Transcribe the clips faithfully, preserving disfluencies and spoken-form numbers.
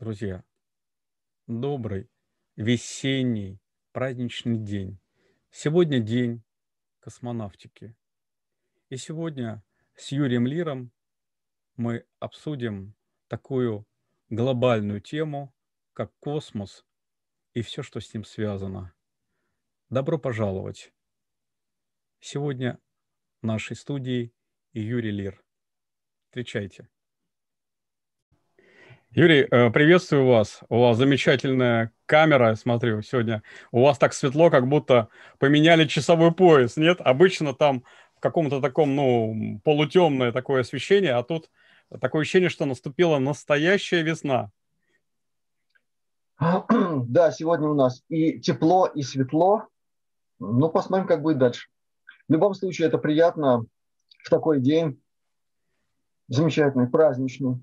Друзья, добрый весенний праздничный день. Сегодня день космонавтики. И сегодня с Юрием Лиром мы обсудим такую глобальную тему, как космос и все, что с ним связано. Добро пожаловать! Сегодня в нашей студии Юрий Лир. Встречайте. Юрий, э, приветствую вас. У вас замечательная камера, я смотрю, сегодня. У вас так светло, как будто поменяли часовой пояс, нет? Обычно там в каком-то таком, ну, полутемное такое освещение, а тут такое ощущение, что наступила настоящая весна. Да, сегодня у нас и тепло, и светло. Ну, посмотрим, как будет дальше. В любом случае, это приятно в такой день, замечательный, праздничный.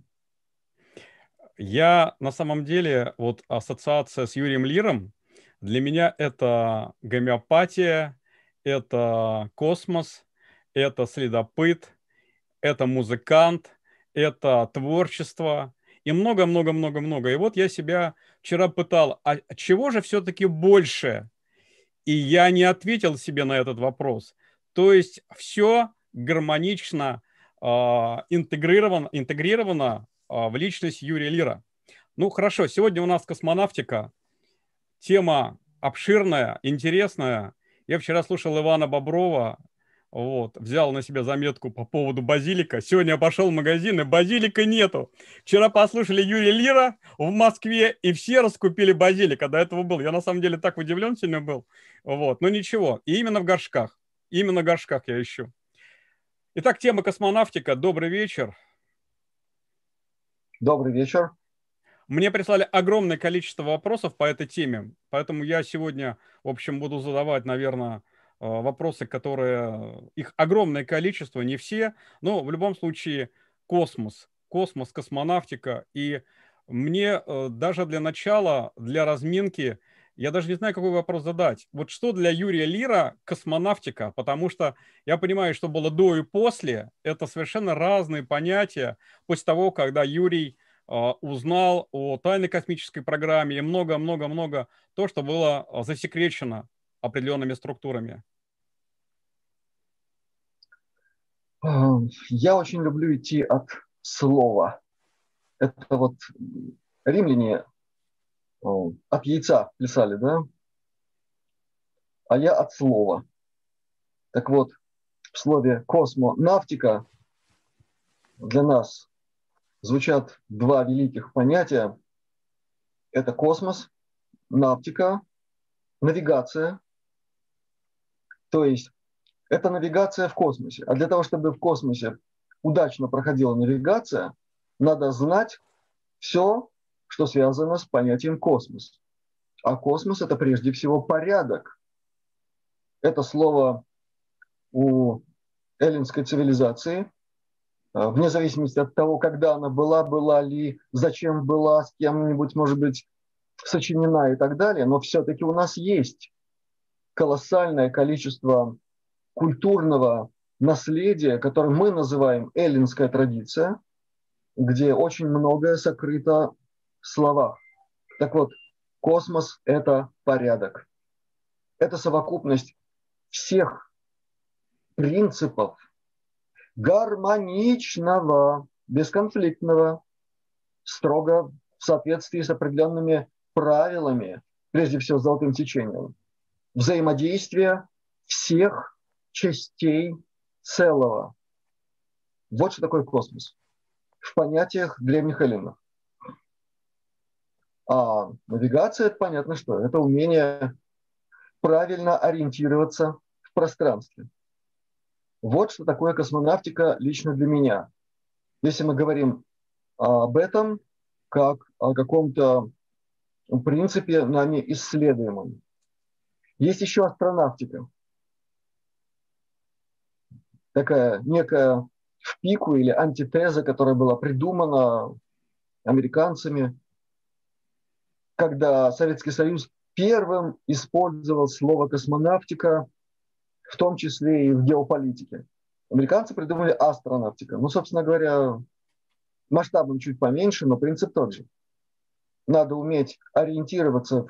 Я на самом деле, вот ассоциация с Юрием Лиром, для меня это гомеопатия, это космос, это следопыт, это музыкант, это творчество и много-много-много-много. И вот я себя вчера пытал, а чего же все-таки больше? И я не ответил себе на этот вопрос. То есть все гармонично а, интегрировано, интегрировано а, в личность Юрия Лира. Ну хорошо, сегодня у нас космонавтика. Тема обширная, интересная. Я вчера слушал Ивана Боброва, вот, взял на себя заметку по поводу базилика. Сегодня я пошел в магазин, и базилика нету. Вчера послушали Юрия Лира в Москве, и все раскупили базилик. А до этого был. Я на самом деле так удивлен сильно был. Вот, но ничего. И именно в горшках. Именно в горшках я ищу. Итак, тема космонавтика. Добрый вечер. Добрый вечер. Мне прислали огромное количество вопросов по этой теме, поэтому я сегодня, в общем, буду задавать, наверное, вопросы, которые... Их огромное количество, не все, но в любом случае космос, космос, космонавтика. И мне э, даже для начала, для разминки, я даже не знаю, какой вопрос задать. Вот что для Юрия Лира космонавтика? Потому что я понимаю, что было до и после. Это совершенно разные понятия. После того, когда Юрий узнал о тайной космической программе и много-много-много то, что было засекречено определенными структурами. Я очень люблю идти от слова. Это вот римляне от яйца писали, да? А я от слова. Так вот, в слове космонавтика для нас звучат два великих понятия. Это космос, навтика, навигация. То есть это навигация в космосе. А для того, чтобы в космосе удачно проходила навигация, надо знать все, что связано с понятием космос. А космос – это прежде всего порядок. Это слово у эллинской цивилизации, вне зависимости от того, когда она была, была ли, зачем была, с кем-нибудь, может быть, сочинена и так далее, но все-таки у нас есть колоссальное количество культурного наследия, которое мы называем эллинская традиция, где очень многое сокрыто в словах. Так вот, космос – это порядок. Это совокупность всех принципов гармоничного, бесконфликтного, строго в соответствии с определенными правилами, прежде всего золотым течением, взаимодействия всех частей целого. Вот что такое космос в понятиях древних эллинов. А навигация – это понятно что. Это умение правильно ориентироваться в пространстве. Вот что такое космонавтика лично для меня. Если мы говорим об этом как о каком-то принципе нами исследуемом. Есть еще астронавтика. Такая некая в пику или антитеза, которая была придумана американцами, когда Советский Союз первым использовал слово космонавтика, в том числе и в геополитике. Американцы придумали астронавтика. Ну, собственно говоря, масштабом чуть поменьше, но принцип тот же. надо уметь ориентироваться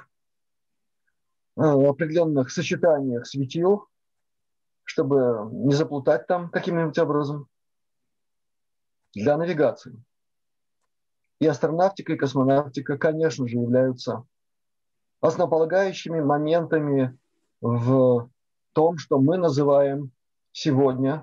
в определенных сочетаниях светил, чтобы не заплутать там каким-нибудь образом, для навигации. И астронавтика, и космонавтика, конечно же, являются основополагающими моментами в том, что мы называем сегодня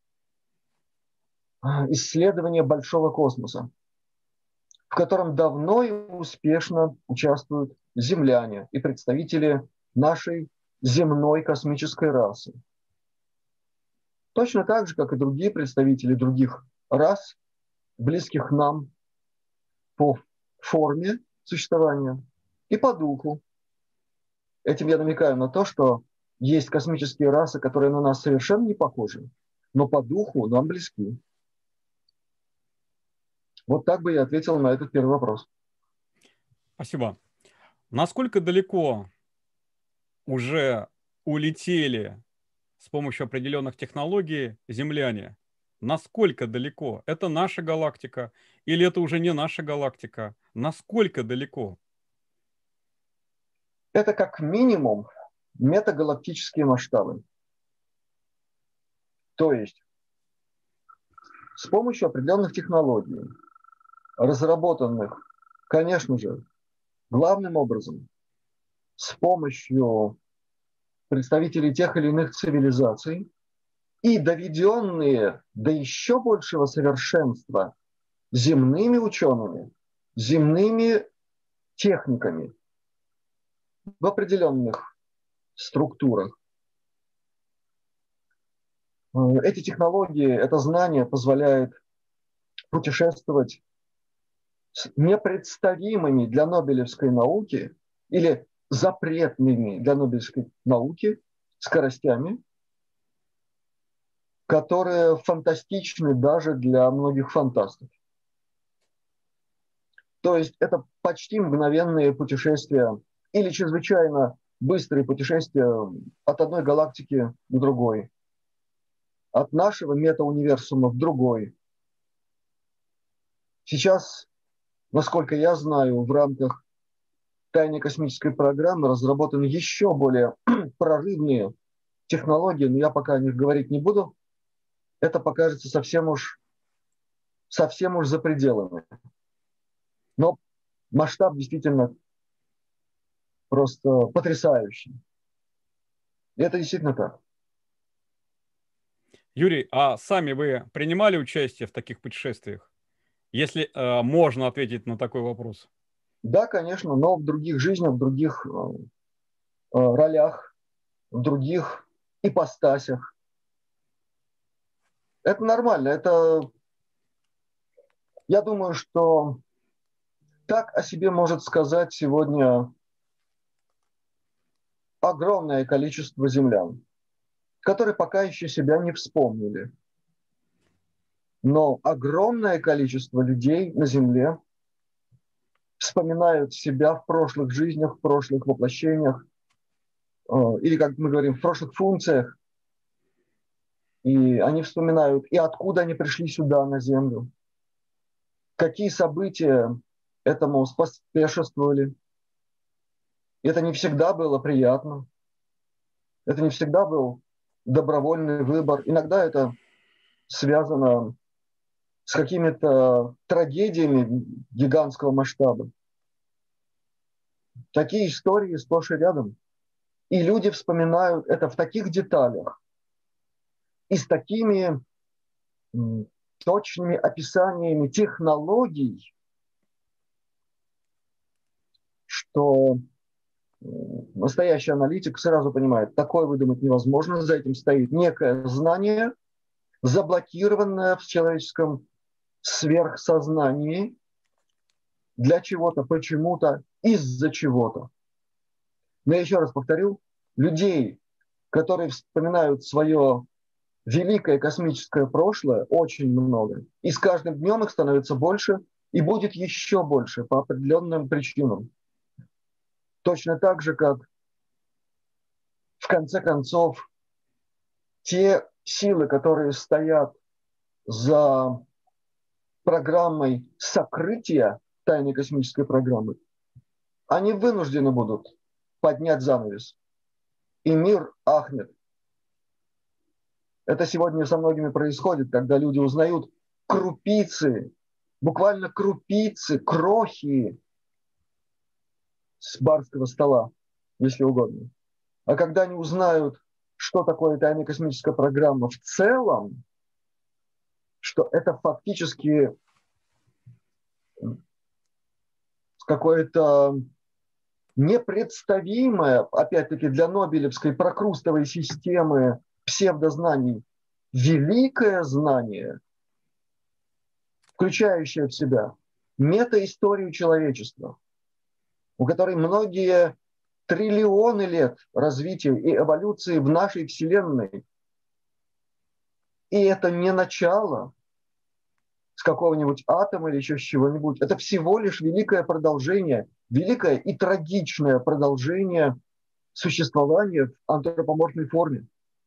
исследование большого космоса, в котором давно и успешно участвуют земляне и представители нашей земной космической расы. Точно так же, как и другие представители других рас, близких нам по форме существования и по духу. Этим я намекаю на то, что есть космические расы, которые на нас совершенно не похожи, но по духу нам близки. Вот так бы я ответил на этот первый вопрос. Спасибо. Насколько далеко уже улетели с помощью определенных технологий земляне? Насколько далеко? Это наша галактика или это уже не наша галактика? Насколько далеко? Это как минимум метагалактические масштабы. То есть с помощью определенных технологий, разработанных, конечно же, главным образом с помощью представителей тех или иных цивилизаций и доведенные до еще большего совершенства земными учеными, земными техниками в определенных структурах. Эти технологии, это знание позволяет путешествовать с непредставимыми для Нобелевской науки или запретными для Нобелевской науки скоростями, которые фантастичны даже для многих фантастов. То есть это почти мгновенные путешествия или чрезвычайно быстрые путешествия от одной галактики к другой, от нашего метауниверсума в другой. Сейчас, насколько я знаю, в рамках тайной космической программы разработаны еще более прорывные технологии, но я пока о них говорить не буду. Это покажется совсем уж, совсем уж за пределами. Но масштаб действительно просто потрясающий. И это действительно так. Юрий, а сами вы принимали участие в таких путешествиях? Если э, можно ответить на такой вопрос. Да, конечно, но в других жизнях, в других э, ролях, в других ипостасях. Это нормально. Это, я думаю, что так о себе может сказать сегодня огромное количество землян, которые пока еще себя не вспомнили. Но огромное количество людей на Земле вспоминают себя в прошлых жизнях, в прошлых воплощениях, или, как мы говорим, в прошлых функциях. И они вспоминают, и откуда они пришли сюда, на Землю, какие события этому способствовали. Это не всегда было приятно. Это не всегда был добровольный выбор. Иногда это связано с какими-то трагедиями гигантского масштаба. Такие истории сплошь и рядом. И люди вспоминают это в таких деталях и с такими м, точными описаниями технологий, что настоящий аналитик сразу понимает, такое выдумать невозможно, за этим стоит некое знание, заблокированное в человеческом сверхсознании для чего-то, почему-то, из-за чего-то. Но я еще раз повторю, людей, которые вспоминают свое великое космическое прошлое, очень много. И с каждым днем их становится больше, и будет еще больше по определенным причинам. Точно так же, как в конце концов те силы, которые стоят за программой сокрытия тайной космической программы, они вынуждены будут поднять занавес, и мир ахнет. Это сегодня со многими происходит, когда люди узнают крупицы, буквально крупицы, крохи с барского стола, если угодно. А когда они узнают, что такое тайная космическая программа в целом, что это фактически какое-то непредставимое, опять-таки, для Нобелевской прокрустовой системы псевдознаний, великое знание, включающее в себя метаисторию человечества, у которой многие триллионы лет развития и эволюции в нашей Вселенной. И это не начало с какого-нибудь атома или еще с чего-нибудь. Это всего лишь великое продолжение, великое и трагичное продолжение существования в антропоморфной форме.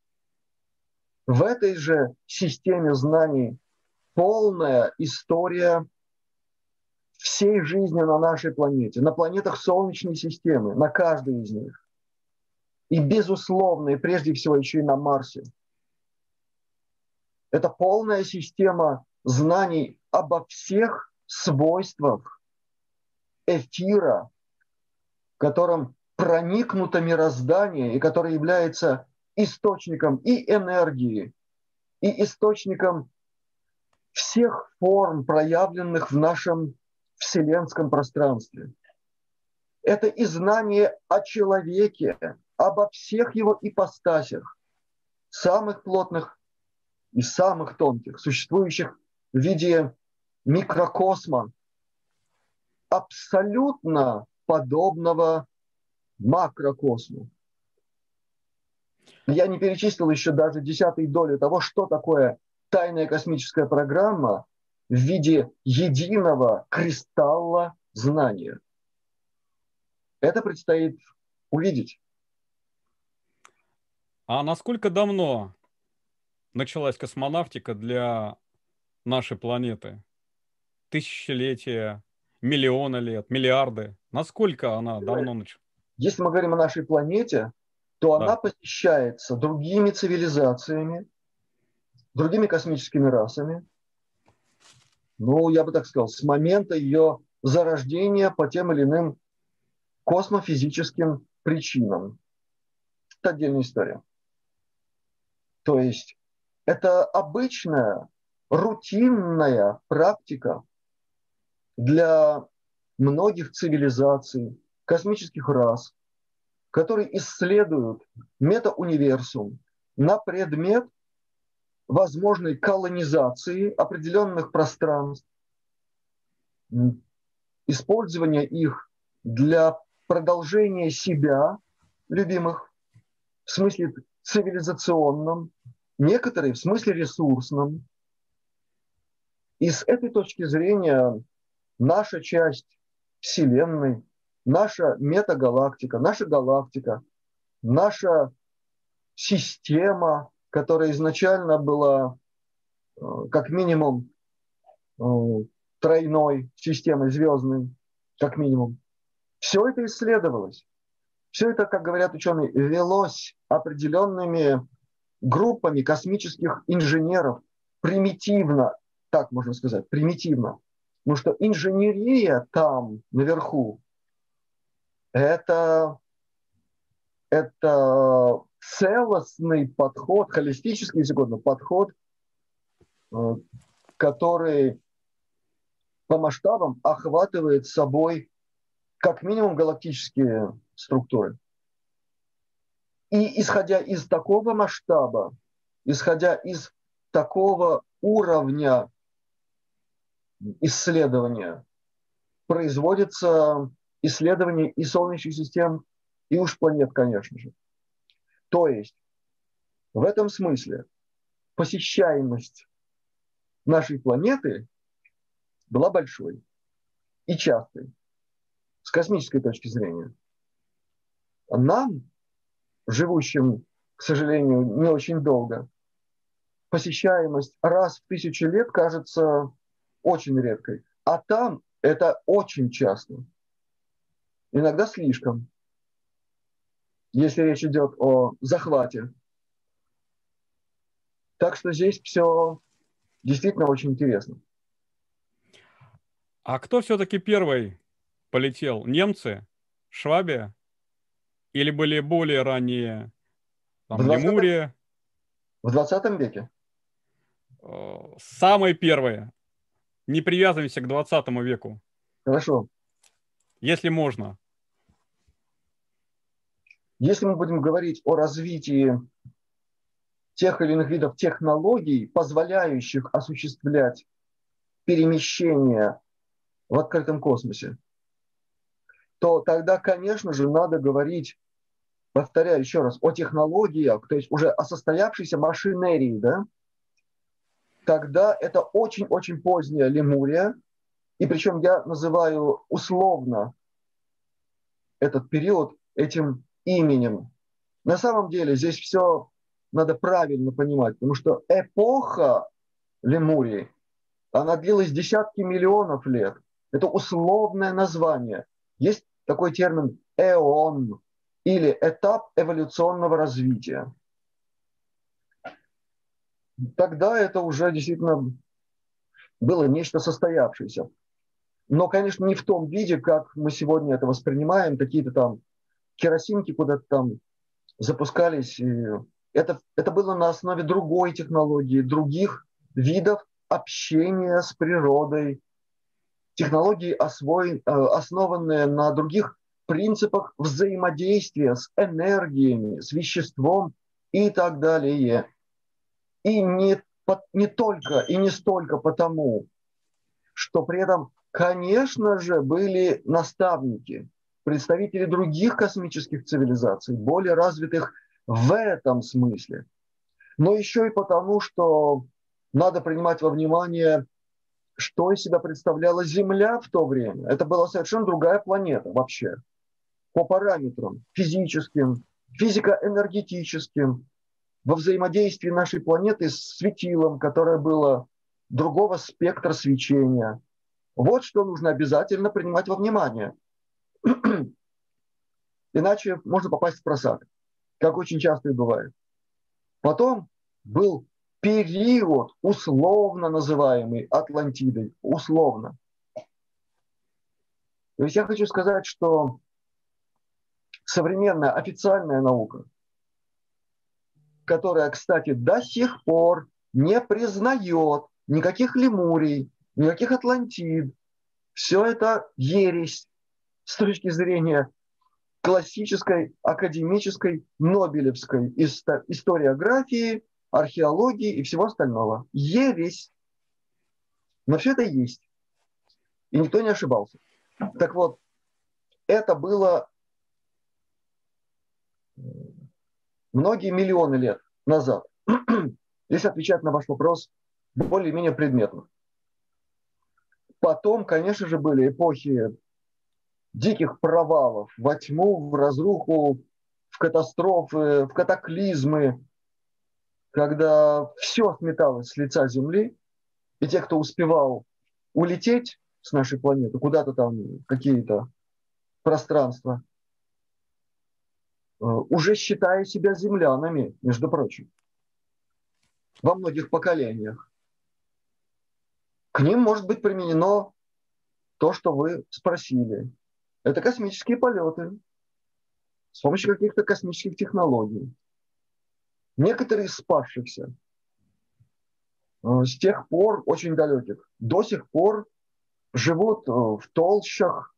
В этой же системе знаний полная история всей жизни на нашей планете, на планетах Солнечной системы, на каждой из них. И, безусловно, и прежде всего еще и на Марсе. Это полная система знаний обо всех свойствах эфира, которым проникнуто мироздание и который является источником и энергии, и источником всех форм, проявленных в нашем вселенском пространстве. Это и знание о человеке, обо всех его ипостасях, самых плотных и самых тонких, существующих в виде микрокосма, абсолютно подобного макрокосму. Я не перечислил еще даже десятой доли того, что такое тайная космическая программа в виде единого кристалла знания. Это предстоит увидеть. А насколько давно началась космонавтика для нашей планеты? Тысячелетия, миллионы лет, миллиарды? Насколько она давно началась? Если мы говорим о нашей планете, то Да. она посещается другими цивилизациями, другими космическими расами. Ну, я бы так сказал, с момента ее зарождения по тем или иным космофизическим причинам. Это отдельная история. То есть это обычная, рутинная практика для многих цивилизаций, космических рас, которые исследуют метауниверсум на предмет возможной колонизации определенных пространств, использования их для продолжения себя, любимых, в смысле цивилизационном, некоторые в смысле ресурсном. И с этой точки зрения наша часть Вселенной, наша метагалактика, наша галактика, наша система, которая изначально была как минимум тройной системой звездной, как минимум, все это исследовалось. Все это, как говорят ученые, велось определенными группами космических инженеров примитивно, так можно сказать, примитивно. Потому что инженерия там, наверху, это, это целостный подход, холистический, если угодно, подход, который по масштабам охватывает собой как минимум галактические структуры. И исходя из такого масштаба, исходя из такого уровня исследования, производится исследование и солнечных систем, и уж планет, конечно же. То есть в этом смысле посещаемость нашей планеты была большой и частой с космической точки зрения. Нам, живущим, к сожалению, не очень долго, посещаемость раз в тысячу лет кажется очень редкой. А там это очень часто. иногда слишком, если речь идет о захвате. Так что здесь все действительно очень интересно. А кто все-таки первый полетел? Немцы? Швабия? Или были более ранние, В там, двадцатом, Лемурия? в двадцатом веке. Э, Самые первые. Не привязываемся к двадцатому веку, Хорошо. если можно. Если мы будем говорить о развитии тех или иных видов технологий, позволяющих осуществлять перемещение в открытом космосе, то тогда, конечно же, надо говорить, повторяю еще раз, о технологиях, то есть уже о состоявшейся машинерии, да? Тогда это очень-очень поздняя Лемурия, и причем я называю условно этот период этим именем. На самом деле здесь все надо правильно понимать, потому что эпоха Лемурии, она длилась десятки миллионов лет. Это условное название. Есть такой термин эон или этап эволюционного развития. Тогда это уже действительно было нечто состоявшееся. Но, конечно, не в том виде, как мы сегодня это воспринимаем. Какие-то там керосинки куда-то там запускались. Это, это было на основе другой технологии, других видов общения с природой. Технологии, освоен, основанные на других принципах взаимодействия с энергиями, с веществом и так далее. И не, не только и не столько потому, что при этом, конечно же, были наставники, представители других космических цивилизаций, более развитых в этом смысле. Но еще и потому, что надо принимать во внимание, что из себя представляла Земля в то время. Это была совершенно другая планета вообще. По параметрам физическим, физико-энергетическим, во взаимодействии нашей планеты с светилом, которое было другого спектра свечения. Вот что нужно обязательно принимать во внимание. Иначе можно попасть в просак, как очень часто и бывает. Потом был период, условно называемый Атлантидой. Условно. То есть я хочу сказать, что современная официальная наука, которая, кстати, до сих пор не признает никаких лемурий, никаких Атлантид, все это ересь с точки зрения классической, академической, нобелевской историографии, археологии и всего остального. Ересь. Но все это есть. И никто не ошибался. Так вот, это было многие миллионы лет назад. Если отвечать на ваш вопрос более-менее предметно. Потом, конечно же, были эпохи диких провалов во тьму, в разруху, в катастрофы, в катаклизмы, когда все сметалось с лица Земли, и те, кто успевал улететь с нашей планеты, куда-то там, какие-то пространства, уже считая себя землянами, между прочим, во многих поколениях. К ним может быть применено то, что вы спросили. Это космические полеты с помощью каких-то космических технологий. Некоторые из спасшихся с тех пор, очень далеких, до сих пор живут в толщах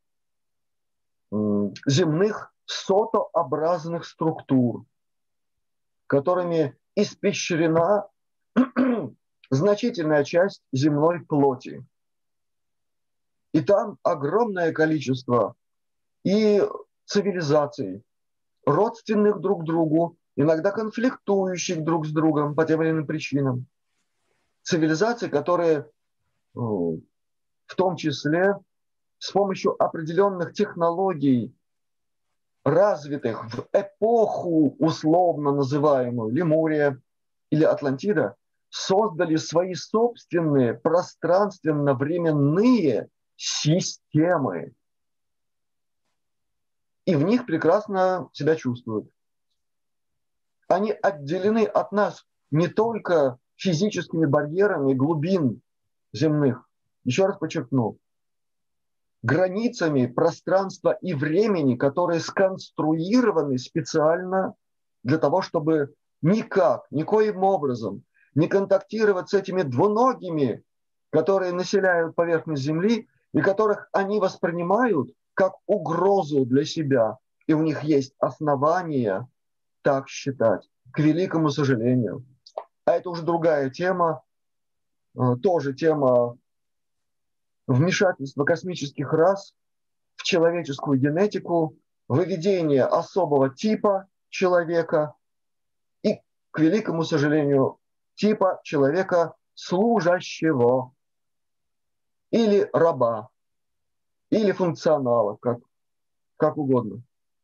земных сотообразных структур, которыми испещрена значительная часть земной плоти. И там огромное количество и цивилизаций, родственных друг другу, иногда конфликтующих друг с другом по тем или иным причинам. Цивилизаций, которые в том числе с помощью определенных технологий, развитых в эпоху, условно называемую Лемурия или Атлантида, создали свои собственные пространственно-временные системы. и в них прекрасно себя чувствуют. Они отделены от нас не только физическими барьерами глубин земных, еще раз подчеркну, границами пространства и времени, которые сконструированы специально для того, чтобы никак, никоим образом не контактировать с этими двуногими, которые населяют поверхность Земли и которых они воспринимают как угрозу для себя. И у них есть основания так считать, к великому сожалению. А это уже другая тема, тоже тема вмешательства космических рас в человеческую генетику, выведение особого типа человека и, к великому сожалению, типа человека служащего или раба, или функционала, как, как угодно.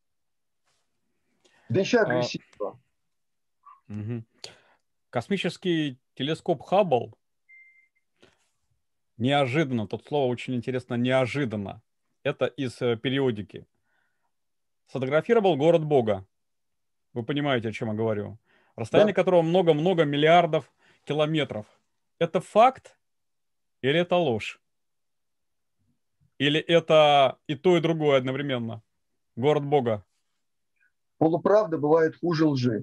Да еще агрессивно. А, угу. Космический телескоп Хаббл неожиданно, тут слово очень интересно, неожиданно, это из э, периодики, сфотографировал город Бога. Вы понимаете, о чем я говорю. Расстояние Да? которого много-много миллиардов километров. Это факт или это ложь? Или это и то, и другое одновременно? Город Бога. Полуправда бывает хуже лжи.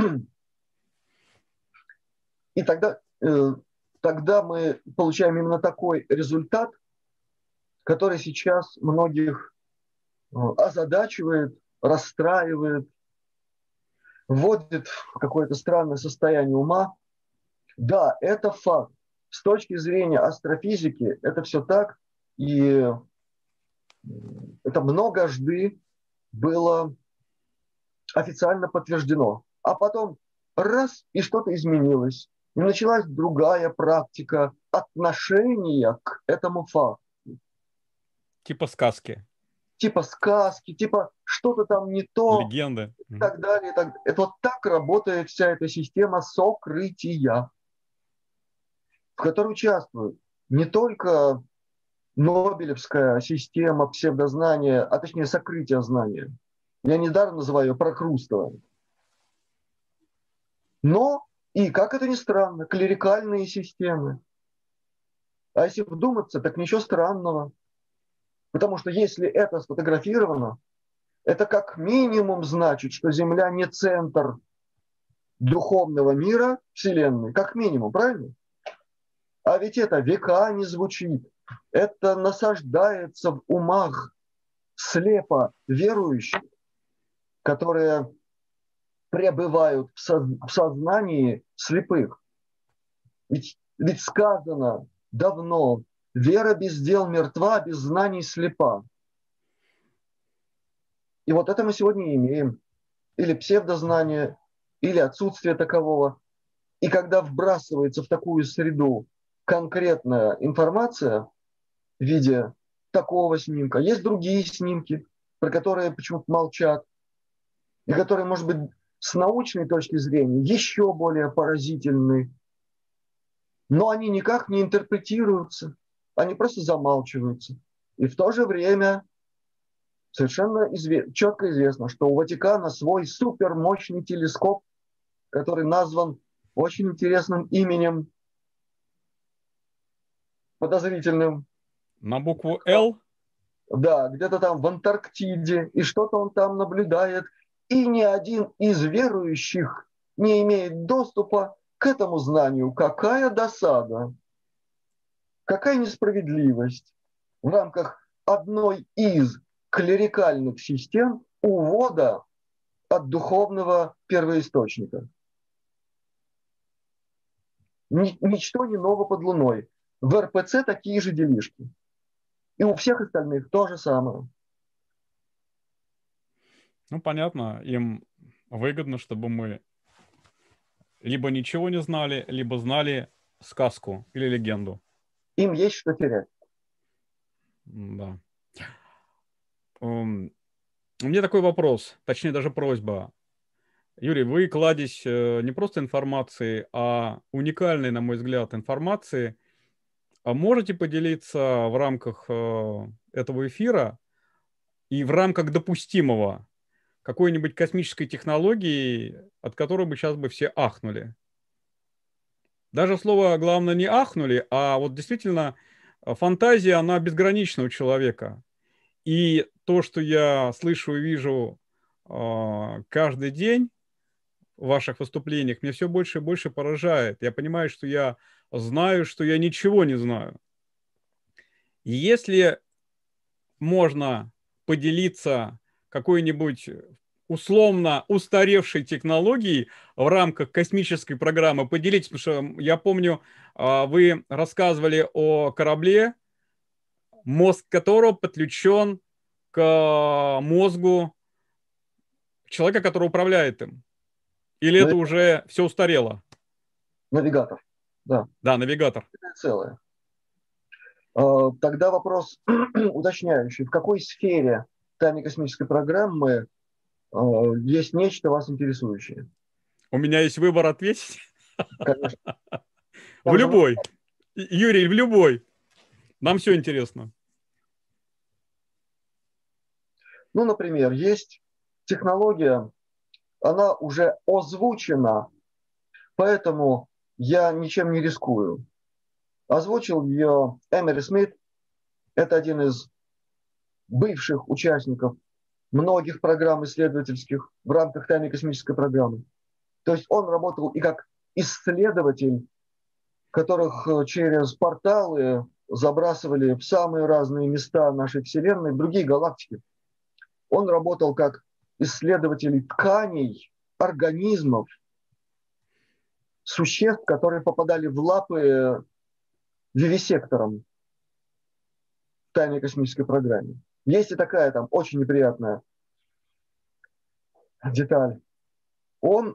И тогда, э, тогда мы получаем именно такой результат, который сейчас многих э, озадачивает, расстраивает, вводит в какое-то странное состояние ума. Да, это факт. С точки зрения астрофизики это все так, и это многожды было официально подтверждено. А потом раз, и что-то изменилось. И началась другая практика отношения к этому факту. Типа сказки. Типа сказки, типа что-то там не то, Легенды. и так далее. И так. Это вот так работает вся эта система сокрытия, в которой участвуют не только Нобелевская система псевдознания, а точнее сокрытия знания. Я недаром называю ее прокрустованием. Но и, как это ни странно, клерикальные системы. А если вдуматься, так ничего странного. Потому что если это сфотографировано, это как минимум значит, что Земля не центр духовного мира Вселенной. Как минимум, правильно? А ведь это века не звучит. Это насаждается в умах слепо верующих, которые пребывают в, соз- в сознании слепых. Ведь, ведь сказано давно, вера без дел мертва, без знаний слепа. И вот это мы сегодня имеем. Или псевдознание, или отсутствие такового. И когда вбрасывается в такую среду конкретная информация в виде такого снимка, есть другие снимки, про которые почему-то молчат, и которые, может быть, с научной точки зрения еще более поразительны, но они никак не интерпретируются, они просто замалчиваются. И в то же время совершенно изве- четко известно, что у Ватикана свой супермощный телескоп, который назван очень интересным именем, подозрительным. На букву «Л»? Да, где-то там в Антарктиде, и что-то он там наблюдает. И ни один из верующих не имеет доступа к этому знанию. Какая досада, какая несправедливость в рамках одной из клерикальных систем увода от духовного первоисточника. Ничто не ново под луной. В эр пэ цэ такие же делишки. И у всех остальных то же самое. Ну, понятно, им выгодно, чтобы мы либо ничего не знали, либо знали сказку или легенду. Им есть что терять. Да. Um, у меня такой вопрос, точнее даже просьба. Юрий, вы кладезь э, не просто информации, а уникальной, на мой взгляд, информации. А можете поделиться в рамках э, этого эфира и в рамках допустимого какой-нибудь космической технологии, от которой бы сейчас бы все ахнули. Даже слово, главное, не ахнули, а вот действительно фантазия, она безгранична у человека. И то, что я слышу и вижу э, каждый день в ваших выступлениях, меня все больше и больше поражает. Я понимаю, что я знаю, что я ничего не знаю. И если можно поделиться какой-нибудь условно устаревшей технологией в рамках космической программы, поделитесь, потому что я помню, вы рассказывали о корабле, мозг которого подключен к мозгу человека, который управляет им. Или это уже все устарело? Навигатор, да. Да, навигатор. Это целое. Тогда вопрос уточняющий. В какой сфере тайной космической программы есть нечто вас интересующее? У меня есть выбор ответить? Конечно. В любой. Юрий, в любой. Нам все интересно. Ну, например, есть технология, она уже озвучена, поэтому я ничем не рискую. Озвучил ее Эмери Смит, это один из бывших участников многих программ исследовательских в рамках тайной космической программы. То есть он работал и как исследователь, которых через порталы забрасывали в самые разные места нашей Вселенной, в другие галактики. Он работал как исследователь тканей, организмов, существ, которые попадали в лапы вивисектором в тайной космической программе. Есть и такая там очень неприятная деталь. Он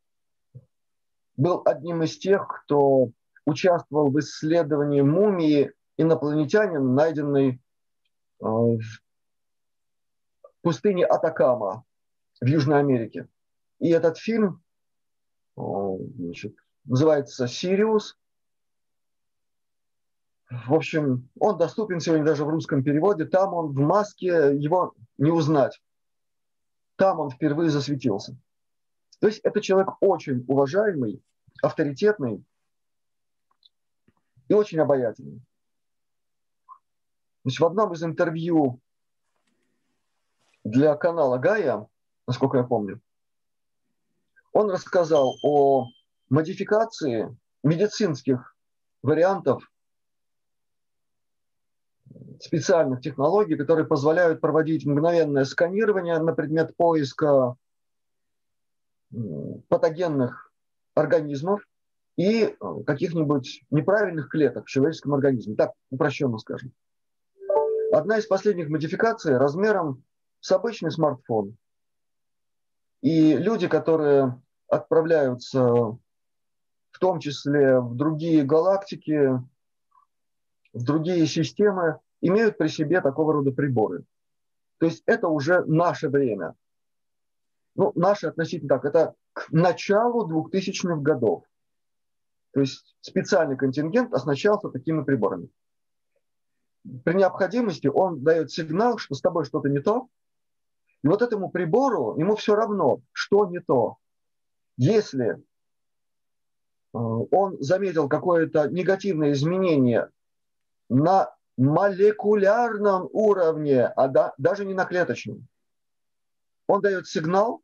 был одним из тех, кто участвовал в исследовании мумии инопланетянина, найденной в пустыне Атакама в Южной Америке. И этот фильм, значит, называется «Сириус». В общем, он доступен сегодня даже в русском переводе. Там он в маске, его не узнать. Там он впервые засветился. То есть это человек очень уважаемый, авторитетный и очень обаятельный. То есть в одном из интервью для канала Гая, насколько я помню, он рассказал о модификации медицинских вариантов специальных технологий, которые позволяют проводить мгновенное сканирование на предмет поиска патогенных организмов и каких-нибудь неправильных клеток в человеческом организме. Так, упрощенно скажем. Одна из последних модификаций размером с обычный смартфон. И люди, которые отправляются в том числе в другие галактики, в другие системы, имеют при себе такого рода приборы. То есть это уже наше время. Ну, наше относительно так, это к началу двухтысячных годов. То есть специальный контингент оснащался такими приборами. При необходимости он дает сигнал, что с тобой что-то не то. И вот этому прибору, ему все равно, что не то. Если он заметил какое-то негативное изменение на молекулярном уровне, а да, даже не на клеточном, он дает сигнал.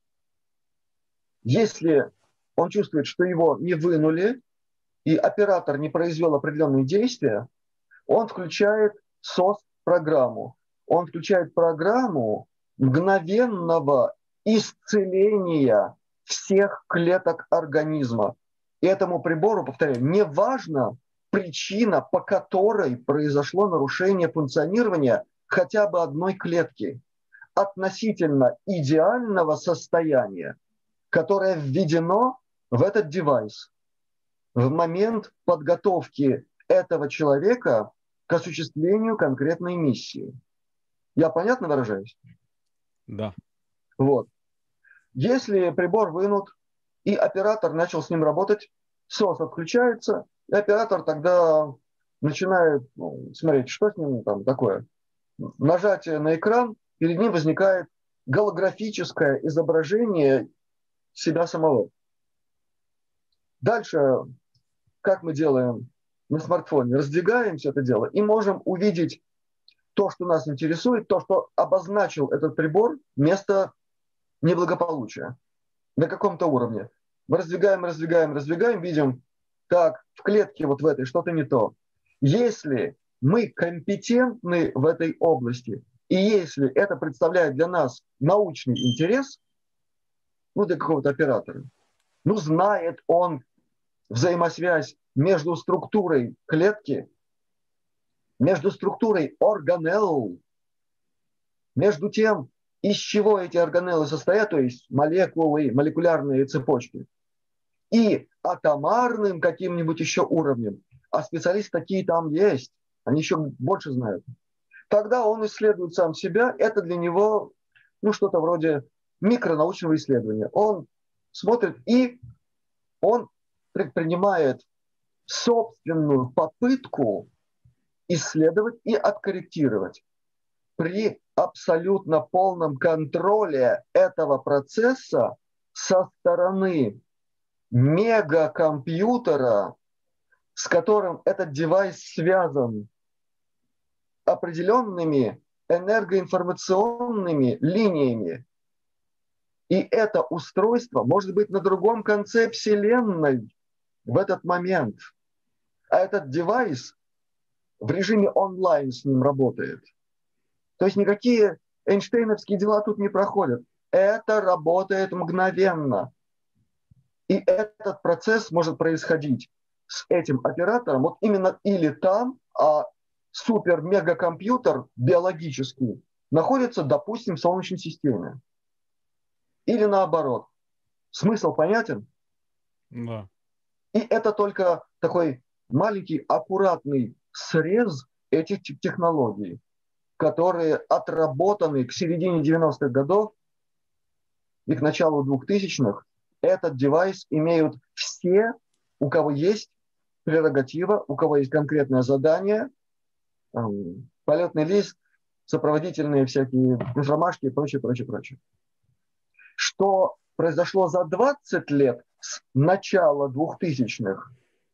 Если он чувствует, что его не вынули, и оператор не произвел определенные действия, он включает сос-программу. Он включает программу мгновенного исцеления всех клеток организма. И этому прибору, повторяю, не важна причина, по которой произошло нарушение функционирования хотя бы одной клетки относительно идеального состояния, которое введено в этот девайс в момент подготовки этого человека к осуществлению конкретной миссии. Я понятно выражаюсь? Да. Вот. Если прибор вынут, и оператор начал с ним работать, сос отключается, и оператор тогда начинает ну, смотреть, что с ним там такое. Нажатие на экран, перед ним возникает голографическое изображение себя самого. Дальше, как мы делаем на смартфоне? Раздвигаем все это дело и можем увидеть то, что нас интересует, то, что обозначил этот прибор, место неблагополучия на каком-то уровне. Мы раздвигаем, раздвигаем, раздвигаем, видим, так, в клетке вот в этой что-то не то. Если мы компетентны в этой области, и если это представляет для нас научный интерес, ну, для какого-то оператора, ну, знает он взаимосвязь между структурой клетки, между структурой органелл, между тем, из чего эти органеллы состоят, то есть молекулы, молекулярные цепочки, и атомарным каким-нибудь еще уровнем, а специалисты такие там есть, они еще больше знают, тогда он исследует сам себя, это для него ну, что-то вроде микронаучного исследования. Он смотрит и он предпринимает собственную попытку исследовать и откорректировать при абсолютно полном контроле этого процесса со стороны мегакомпьютера, с которым этот девайс связан определенными энергоинформационными линиями. И это устройство может быть на другом конце Вселенной в этот момент. А этот девайс в режиме онлайн с ним работает. То есть никакие эйнштейновские дела тут не проходят. Это работает мгновенно. И этот процесс может происходить с этим оператором вот именно или там, а супер-мегакомпьютер биологический находится, допустим, в Солнечной системе. Или наоборот. Смысл понятен? Да. И это только такой маленький аккуратный срез этих технологий, которые отработаны к середине девяностых годов и к началу двухтысячных. Этот девайс имеют все, у кого есть прерогатива, у кого есть конкретное задание, там, полетный лист, сопроводительные всякие информашки и прочее, прочее, прочее. Что произошло за двадцать лет с начала двухтысячных,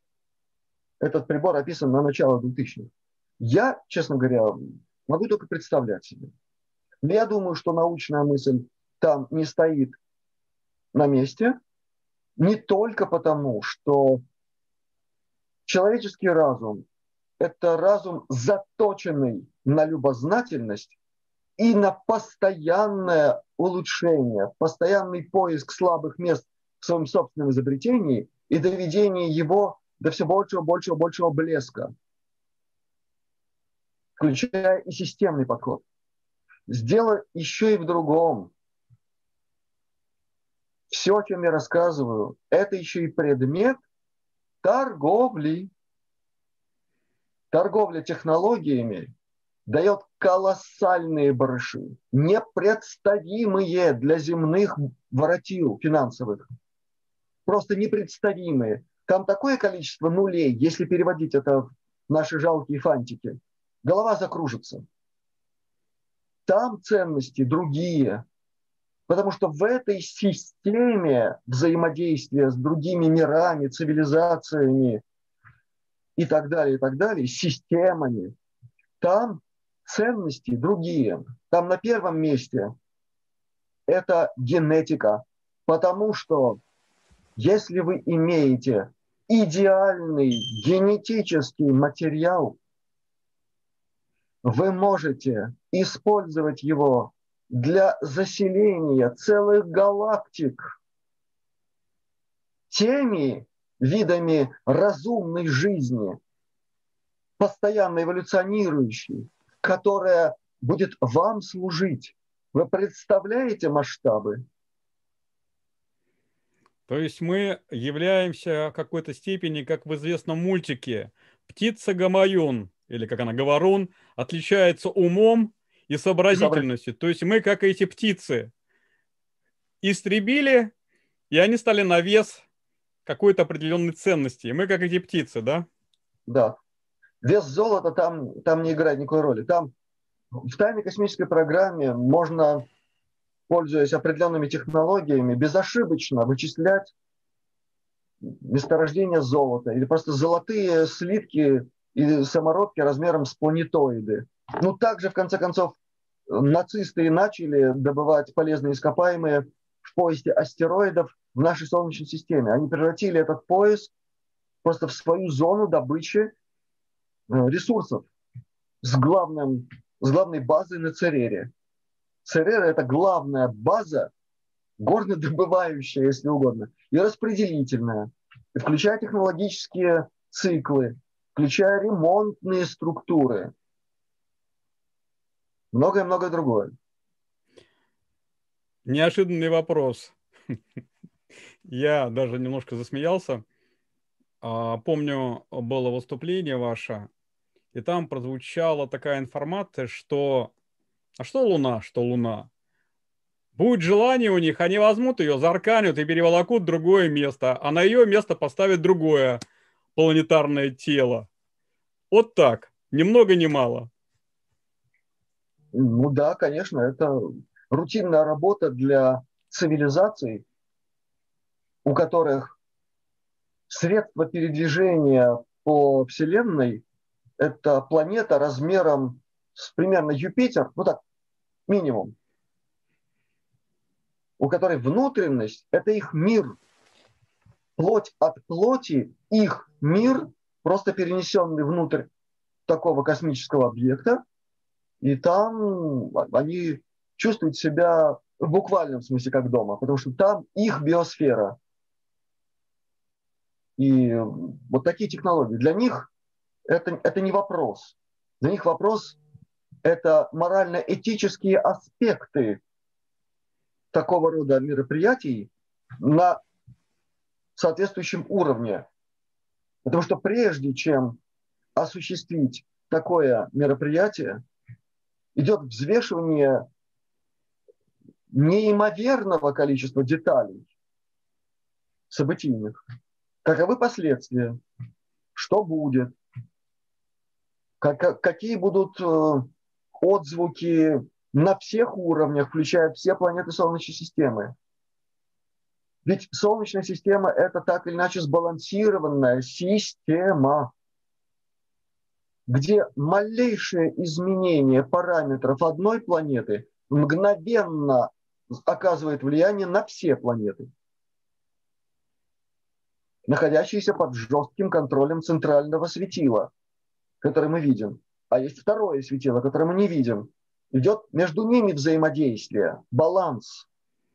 этот прибор описан на начало двухтысячных, я, честно говоря, могу только представлять себе. Но я думаю, что научная мысль там не стоит на месте, не только потому, что человеческий разум – это разум, заточенный на любознательность и на постоянное улучшение, постоянный поиск слабых мест в своем собственном изобретении и доведение его до все большего, большего, большего блеска, включая и системный подход. Дело еще и в другом. Все, о чем я рассказываю, это еще и предмет торговли. Торговля технологиями дает колоссальные барыши, непредставимые для земных воротил финансовых. Просто непредставимые. Там такое количество нулей, если переводить это в наши жалкие фантики, голова закружится. Там ценности другие. Потому что в этой системе взаимодействия с другими мирами, цивилизациями и так далее, и так далее, системами, там ценности другие. Там на первом месте это генетика. Потому что если вы имеете идеальный генетический материал, вы можете использовать его для заселения целых галактик теми видами разумной жизни, постоянно эволюционирующей, которая будет вам служить. Вы представляете масштабы? То есть мы являемся в какой-то степени, как в известном мультике, птица Гамаюн, или как она, Говорун, отличается умом и сообразительностью. То есть мы, как эти птицы, истребили, и они стали на вес какой-то определенной ценности. И мы, как эти птицы, да? Да. Вес золота там, там не играет никакой роли. Там В тайной космической программе можно, пользуясь определенными технологиями, безошибочно вычислять месторождение золота или просто золотые слитки или самородки размером с планетоиды. Ну, также, в конце концов, нацисты и начали добывать полезные ископаемые в поясе астероидов в нашей Солнечной системе. Они превратили этот пояс просто в свою зону добычи ресурсов с, главным, с главной базой на Церере. Церера – это главная база, горнодобывающая, если угодно, и распределительная, включая технологические циклы, включая ремонтные структуры, многое-многое другое. Неожиданный вопрос. Я даже немножко засмеялся. Помню, было выступление ваше, и там прозвучала такая информация, что а что Луна, что Луна? Будет желание у них, они возьмут ее, зарканят и переволокут в другое место, а на ее место поставят другое планетарное тело. Вот так, ни много ни мало. Ну да, конечно, это рутинная работа для цивилизаций, у которых средство передвижения по Вселенной – это планета размером с примерно Юпитер, ну так, минимум, у которой внутренность – это их мир. Плоть от плоти, их мир, просто перенесенный внутрь такого космического объекта, и там они чувствуют себя в буквальном смысле как дома, потому что там их биосфера. И вот такие технологии. Для них это, это не вопрос. Для них вопрос – это морально-этические аспекты такого рода мероприятий на соответствующем уровне. Потому что прежде чем осуществить такое мероприятие, идет взвешивание неимоверного количества деталей событийных. Каковы последствия? Что будет? Как, какие будут э, отзвуки на всех уровнях, включая все планеты Солнечной системы? Ведь Солнечная система – это так или иначе сбалансированная система, где малейшее изменение параметров одной планеты мгновенно оказывает влияние на все планеты, находящиеся под жестким контролем центрального светила, которое мы видим. А есть второе светило, которое мы не видим. Идет между ними взаимодействие, баланс.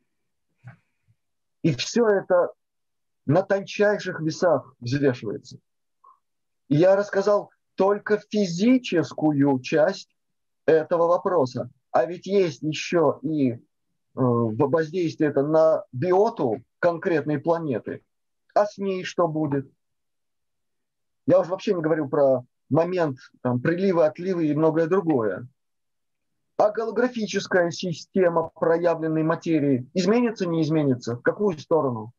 И все это на тончайших весах взвешивается. И я рассказал только физическую часть этого вопроса. А ведь есть еще и э, воздействие это на биоту конкретной планеты. А с ней что будет? Я уже вообще не говорю про момент там, прилива, отлива и многое другое. А голографическая система проявленной материи изменится, не изменится? В какую сторону?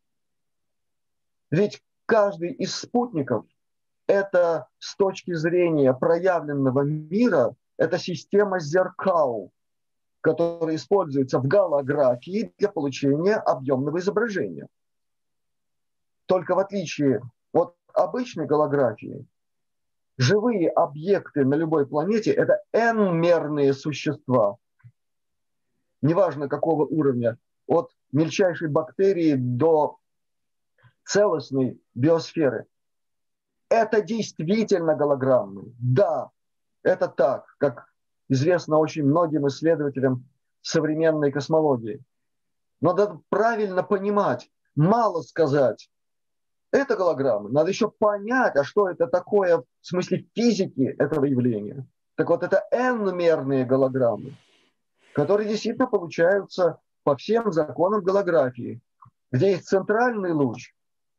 Ведь каждый из спутников – это с точки зрения проявленного мира, это система зеркал, которая используется в голографии для получения объемного изображения. Только в отличие от обычной голографии, живые объекты на любой планете – это n-мерные существа. Неважно какого уровня, от мельчайшей бактерии до целостной биосферы. Это действительно голограммы. Да, это так, как известно очень многим исследователям современной космологии. Но надо правильно понимать, мало сказать, это голограммы. Надо еще понять, а что это такое в смысле физики этого явления. Так вот, это n-мерные голограммы, которые действительно получаются по всем законам голографии, где есть центральный луч,